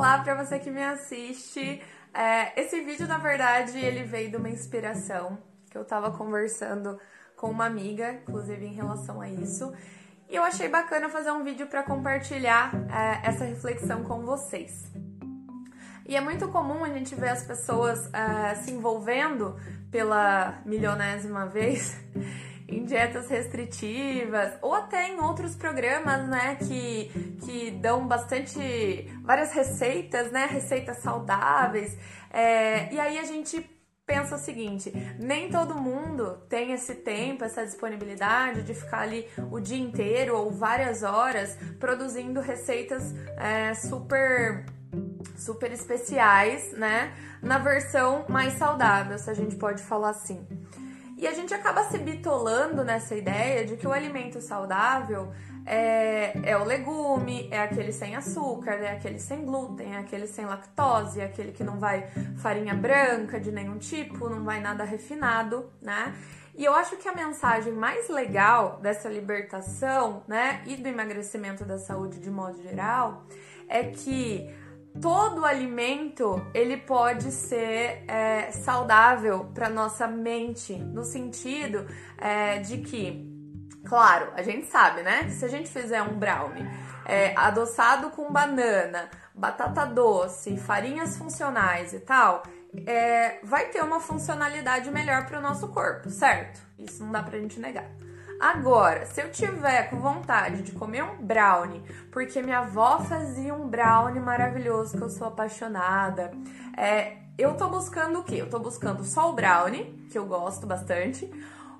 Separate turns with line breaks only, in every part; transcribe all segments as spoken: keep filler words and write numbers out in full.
Olá para você que me assiste. É, esse vídeo, na verdade, ele veio de uma inspiração que eu tava conversando com uma amiga, inclusive em relação a isso. E eu achei bacana fazer um vídeo para compartilhar é, essa reflexão com vocês. E é muito comum a gente ver as pessoas é, se envolvendo pela milionésima vez em dietas restritivas ou até em outros programas, né, que, que dão bastante, várias receitas, né, receitas saudáveis, é, e aí a gente pensa o seguinte: nem todo mundo tem esse tempo, essa disponibilidade de ficar ali o dia inteiro ou várias horas produzindo receitas é, super... super especiais, né, na versão mais saudável, se a gente pode falar assim. E a gente acaba se bitolando nessa ideia de que o alimento saudável é, é o legume, é aquele sem açúcar, é aquele sem glúten, é aquele sem lactose, é aquele que não vai farinha branca de nenhum tipo, não vai nada refinado, né? E eu acho que a mensagem mais legal dessa libertação, né, e do emagrecimento da saúde de modo geral, é que todo alimento ele pode ser é, saudável para nossa mente, no sentido é, de que, claro, a gente sabe, né? Se a gente fizer um brownie é, adoçado com banana, batata doce, farinhas funcionais e tal, é, vai ter uma funcionalidade melhor para o nosso corpo, certo? Isso não dá pra gente negar. Agora, se eu tiver com vontade de comer um brownie, porque minha avó fazia um brownie maravilhoso que eu sou apaixonada, é, eu tô buscando o quê? Eu tô buscando só o brownie, que eu gosto bastante,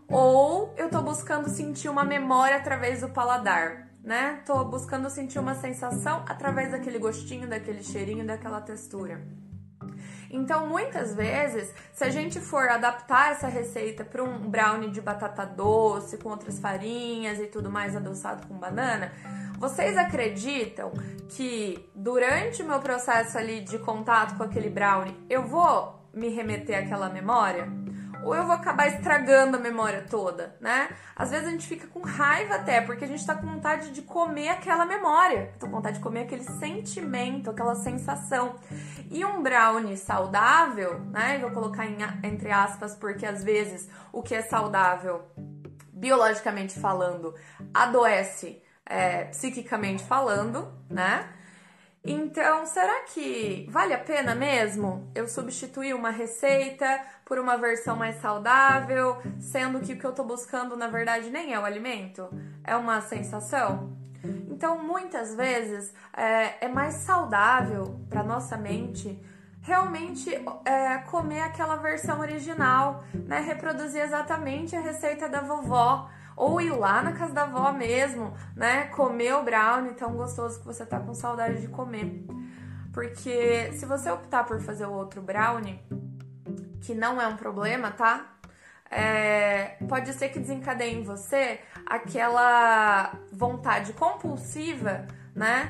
ou eu tô buscando sentir uma memória através do paladar, né? Tô buscando sentir uma sensação através daquele gostinho, daquele cheirinho, daquela textura. Então, muitas vezes, se a gente for adaptar essa receita para um brownie de batata doce, com outras farinhas e tudo mais adoçado com banana, vocês acreditam que durante o meu processo ali de contato com aquele brownie, eu vou me remeter àquela memória? Ou eu vou acabar estragando a memória toda, né? Às vezes a gente fica com raiva até, porque a gente tá com vontade de comer aquela memória. Tô com vontade de comer aquele sentimento, aquela sensação. E um brownie saudável, né? Eu vou colocar em, entre aspas, porque às vezes o que é saudável, biologicamente falando, adoece é, psiquicamente falando, né? Então, será que vale a pena mesmo eu substituir uma receita por uma versão mais saudável, sendo que o que eu tô buscando, na verdade, nem é o alimento? É uma sensação? Então, muitas vezes, é, é mais saudável para nossa mente realmente é, comer aquela versão original, né? Reproduzir exatamente a receita da vovó. Ou ir lá na casa da avó mesmo, né? Comer o brownie tão gostoso que você tá com saudade de comer. Porque se você optar por fazer o outro brownie, que não é um problema, tá? É, pode ser que desencadeie em você aquela vontade compulsiva, né?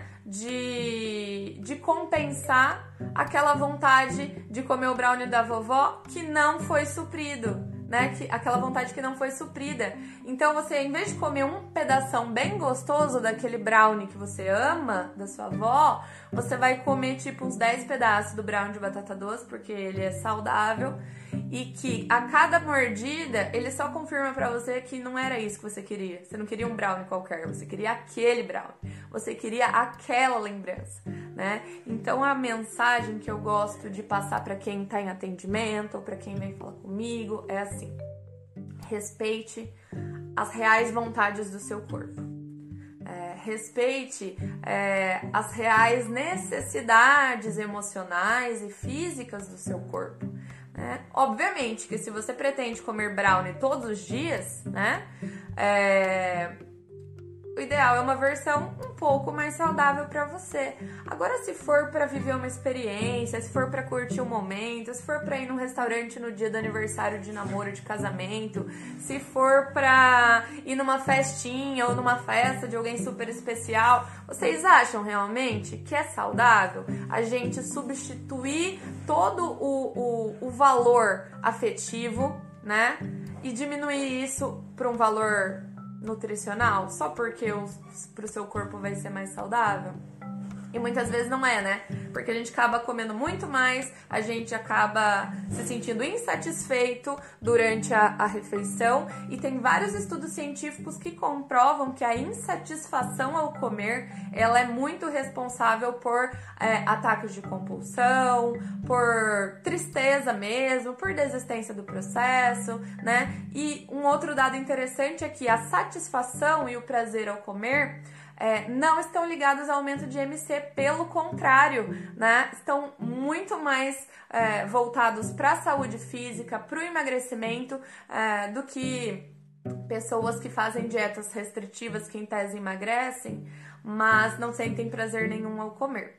De, de compensar aquela vontade de comer o brownie da vovó que não foi suprido. Né, que, aquela vontade que não foi suprida. Então você, em vez de comer um pedação bem gostoso daquele brownie que você ama, da sua avó, você vai comer tipo uns dez pedaços do brownie de batata doce, porque ele é saudável, e que a cada mordida ele só confirma pra você que não era isso que você queria. Você não queria um brownie qualquer, você queria aquele brownie, você queria aquela lembrança, né? Então a mensagem que eu gosto de passar pra quem tá em atendimento ou pra quem vem falar comigo é assim: respeite as reais vontades do seu corpo. É, respeite é, as reais necessidades emocionais e físicas do seu corpo, né? Obviamente que se você pretende comer brownie todos os dias, né, é, o ideal é uma versão um pouco mais saudável para você. Agora, se for para viver uma experiência, se for para curtir um momento, se for para ir num restaurante no dia do aniversário de namoro, de casamento, se for para ir numa festinha ou numa festa de alguém super especial, vocês acham realmente que é saudável a gente substituir todo o, o, o valor afetivo, né, e diminuir isso para um valor nutricional, só porque para o seu corpo vai ser mais saudável? E muitas vezes não é, né? Porque a gente acaba comendo muito mais, a gente acaba se sentindo insatisfeito durante a, a refeição. E tem vários estudos científicos que comprovam que a insatisfação ao comer, ela é muito responsável por é, ataques de compulsão, por tristeza mesmo, por desistência do processo, né? E um outro dado interessante é que a satisfação e o prazer ao comer É, não estão ligados ao aumento de M C, pelo contrário, né? Estão muito mais é, voltados para a saúde física, para o emagrecimento, é, do que pessoas que fazem dietas restritivas que em tese emagrecem, mas não sentem prazer nenhum ao comer.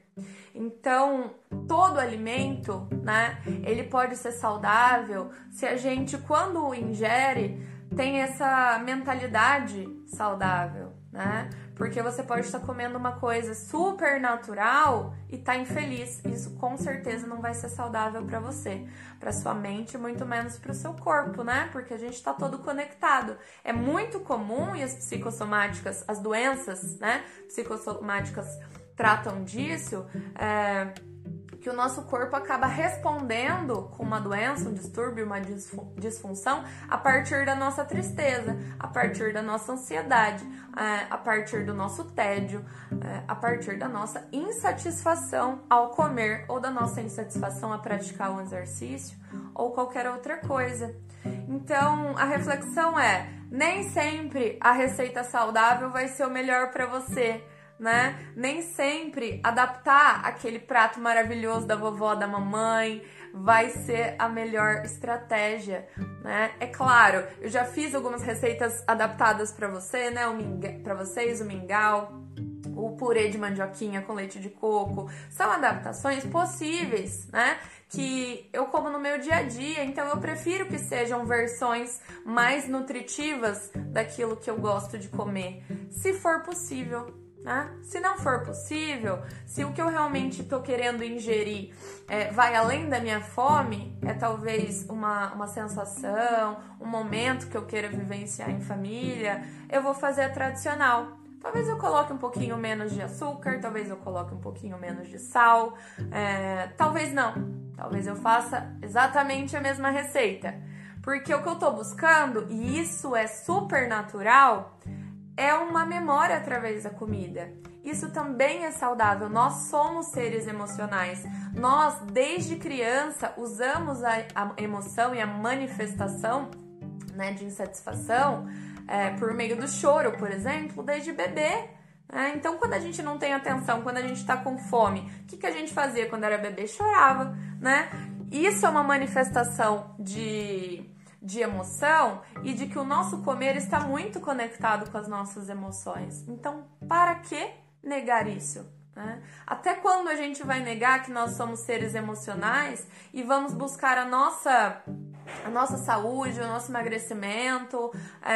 Então, todo alimento, né, ele pode ser saudável se a gente, quando o ingere, tem essa mentalidade saudável, né? Porque você pode estar comendo uma coisa super natural e tá infeliz. Isso com certeza não vai ser saudável para você, para sua mente, muito menos para o seu corpo, né? Porque a gente está todo conectado. É muito comum, e as psicossomáticas, as doenças, né, psicossomáticas tratam disso, é, que o nosso corpo acaba respondendo com uma doença, um distúrbio, uma disfunção a partir da nossa tristeza, a partir da nossa ansiedade, a partir do nosso tédio, a partir da nossa insatisfação ao comer ou da nossa insatisfação a praticar um exercício ou qualquer outra coisa. Então, a reflexão é: nem sempre a receita saudável vai ser o melhor para você, né? Nem sempre adaptar aquele prato maravilhoso da vovó, da mamãe, vai ser a melhor estratégia, né? É claro, eu já fiz algumas receitas adaptadas para você, né? O minga... para vocês, o mingau, o purê de mandioquinha com leite de coco, são adaptações possíveis, né? Que eu como no meu dia a dia, então eu prefiro que sejam versões mais nutritivas daquilo que eu gosto de comer, se for possível. Né? Se não for possível, se o que eu realmente estou querendo ingerir é, vai além da minha fome, é talvez uma, uma sensação, um momento que eu queira vivenciar em família, eu vou fazer a tradicional. Talvez eu coloque um pouquinho menos de açúcar, talvez eu coloque um pouquinho menos de sal, é, talvez não. Talvez eu faça exatamente a mesma receita. Porque o que eu estou buscando, e isso é super natural, é uma memória através da comida. Isso também é saudável. Nós somos seres emocionais. Nós, desde criança, usamos a, a emoção e a manifestação, né, de insatisfação é, por meio do choro, por exemplo, desde bebê. É, então, quando a gente não tem atenção, quando a gente está com fome, o que, que a gente fazia quando era bebê? Chorava, né? Isso é uma manifestação de... de emoção e de que o nosso comer está muito conectado com as nossas emoções. Então, para que negar isso? Né? Até quando a gente vai negar que nós somos seres emocionais e vamos buscar a nossa, a nossa saúde, o nosso emagrecimento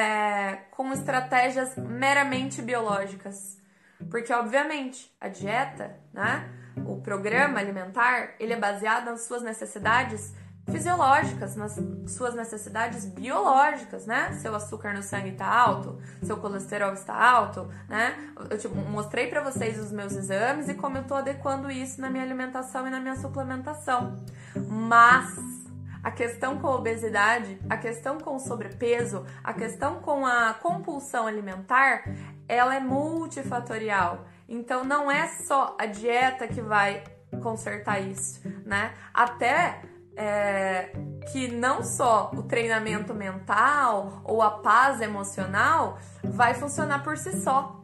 é, com estratégias meramente biológicas? Porque, obviamente, a dieta, né, o programa alimentar, ele é baseado nas suas necessidades fisiológicas, nas suas necessidades biológicas, né? Seu açúcar no sangue está alto, seu colesterol está alto, né? Eu tipo, mostrei para vocês os meus exames e como eu tô adequando isso na minha alimentação e na minha suplementação. Mas a questão com a obesidade, a questão com o sobrepeso, a questão com a compulsão alimentar, ela é multifatorial. Então não é só a dieta que vai consertar isso, né? Até É, que não só o treinamento mental ou a paz emocional vai funcionar por si só,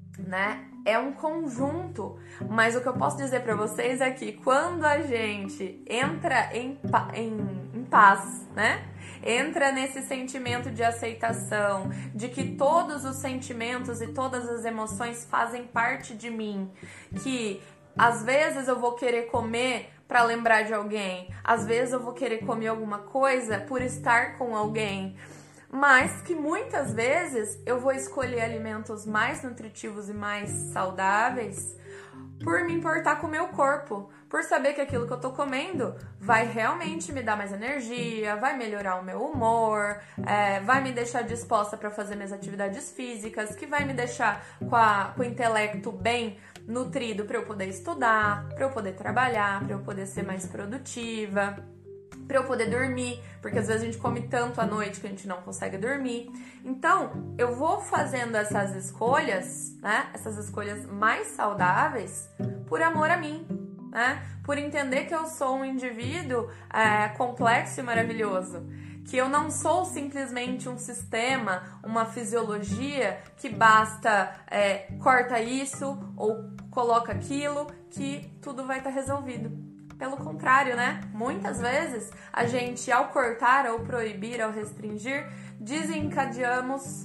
né? É um conjunto, mas o que eu posso dizer para vocês é que quando a gente entra em, em, em paz, né? Entra nesse sentimento de aceitação, de que todos os sentimentos e todas as emoções fazem parte de mim, que às vezes eu vou querer comer para lembrar de alguém, às vezes eu vou querer comer alguma coisa por estar com alguém, mas que muitas vezes eu vou escolher alimentos mais nutritivos e mais saudáveis por me importar com o meu corpo, por saber que aquilo que eu tô comendo vai realmente me dar mais energia, vai melhorar o meu humor, é, vai me deixar disposta para fazer minhas atividades físicas, que vai me deixar com, a, com o intelecto bem nutrido para eu poder estudar, para eu poder trabalhar, para eu poder ser mais produtiva, para eu poder dormir, porque às vezes a gente come tanto à noite que a gente não consegue dormir. Então, eu vou fazendo essas escolhas, né? Essas escolhas mais saudáveis por amor a mim, né? Por entender que eu sou um indivíduo é, complexo e maravilhoso. Que eu não sou simplesmente um sistema, uma fisiologia que basta é, corta isso ou coloca aquilo que tudo vai estar resolvido. Pelo contrário, né? Muitas vezes a gente, ao cortar, ou proibir, ou restringir, desencadeamos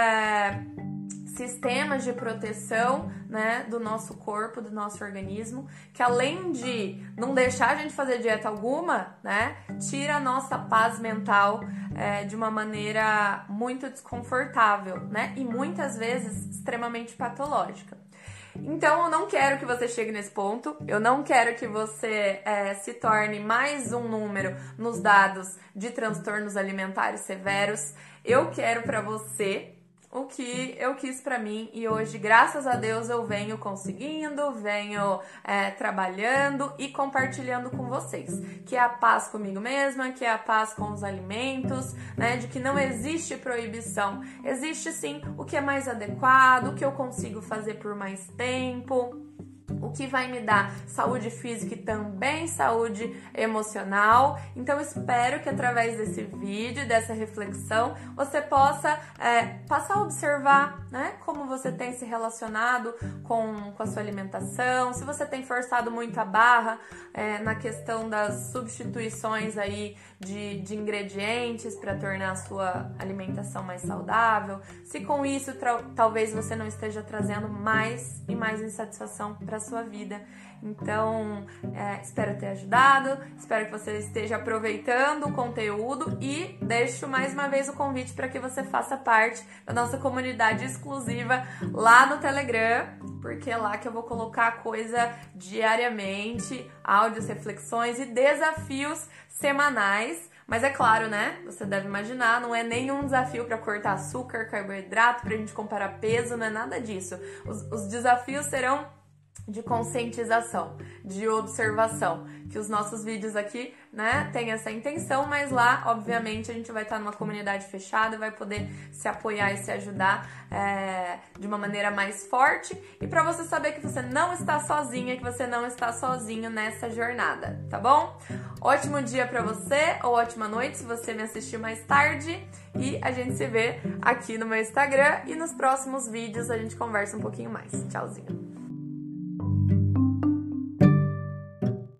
é, sistemas de proteção, né, do nosso corpo, do nosso organismo, que além de não deixar a gente fazer dieta alguma, né, tira a nossa paz mental é, de uma maneira muito desconfortável, né, e muitas vezes extremamente patológica. Então, eu não quero que você chegue nesse ponto, eu não quero que você é, se torne mais um número nos dados de transtornos alimentares severos. Eu quero para você o que eu quis pra mim e hoje, graças a Deus, eu venho conseguindo, venho é, trabalhando e compartilhando com vocês, que é a paz comigo mesma, que é a paz com os alimentos, né, de que não existe proibição, existe sim o que é mais adequado, o que eu consigo fazer por mais tempo, o que vai me dar saúde física e também saúde emocional. Então, espero que através desse vídeo, dessa reflexão, você possa é, passar a observar, né, como você tem se relacionado com, com a sua alimentação, se você tem forçado muito a barra é, na questão das substituições aí de, de ingredientes para tornar a sua alimentação mais saudável, se com isso talvez você não esteja trazendo mais e mais insatisfação para a sua vida. Então, é, espero ter ajudado, espero que você esteja aproveitando o conteúdo e deixo mais uma vez o convite para que você faça parte da nossa comunidade exclusiva lá no Telegram, porque é lá que eu vou colocar coisa diariamente, áudios, reflexões e desafios semanais. Mas é claro, né? Você deve imaginar, não é nenhum desafio para cortar açúcar, carboidrato, pra gente comparar peso, não é nada disso. Os, os desafios serão de conscientização, de observação, que os nossos vídeos aqui, né, tem essa intenção, mas lá, obviamente, a gente vai estar numa comunidade fechada e vai poder se apoiar e se ajudar é, de uma maneira mais forte e para você saber que você não está sozinha, que você não está sozinho nessa jornada, tá bom? Ótimo dia para você ou ótima noite se você me assistiu mais tarde e a gente se vê aqui no meu Instagram e nos próximos vídeos a gente conversa um pouquinho mais. Tchauzinho!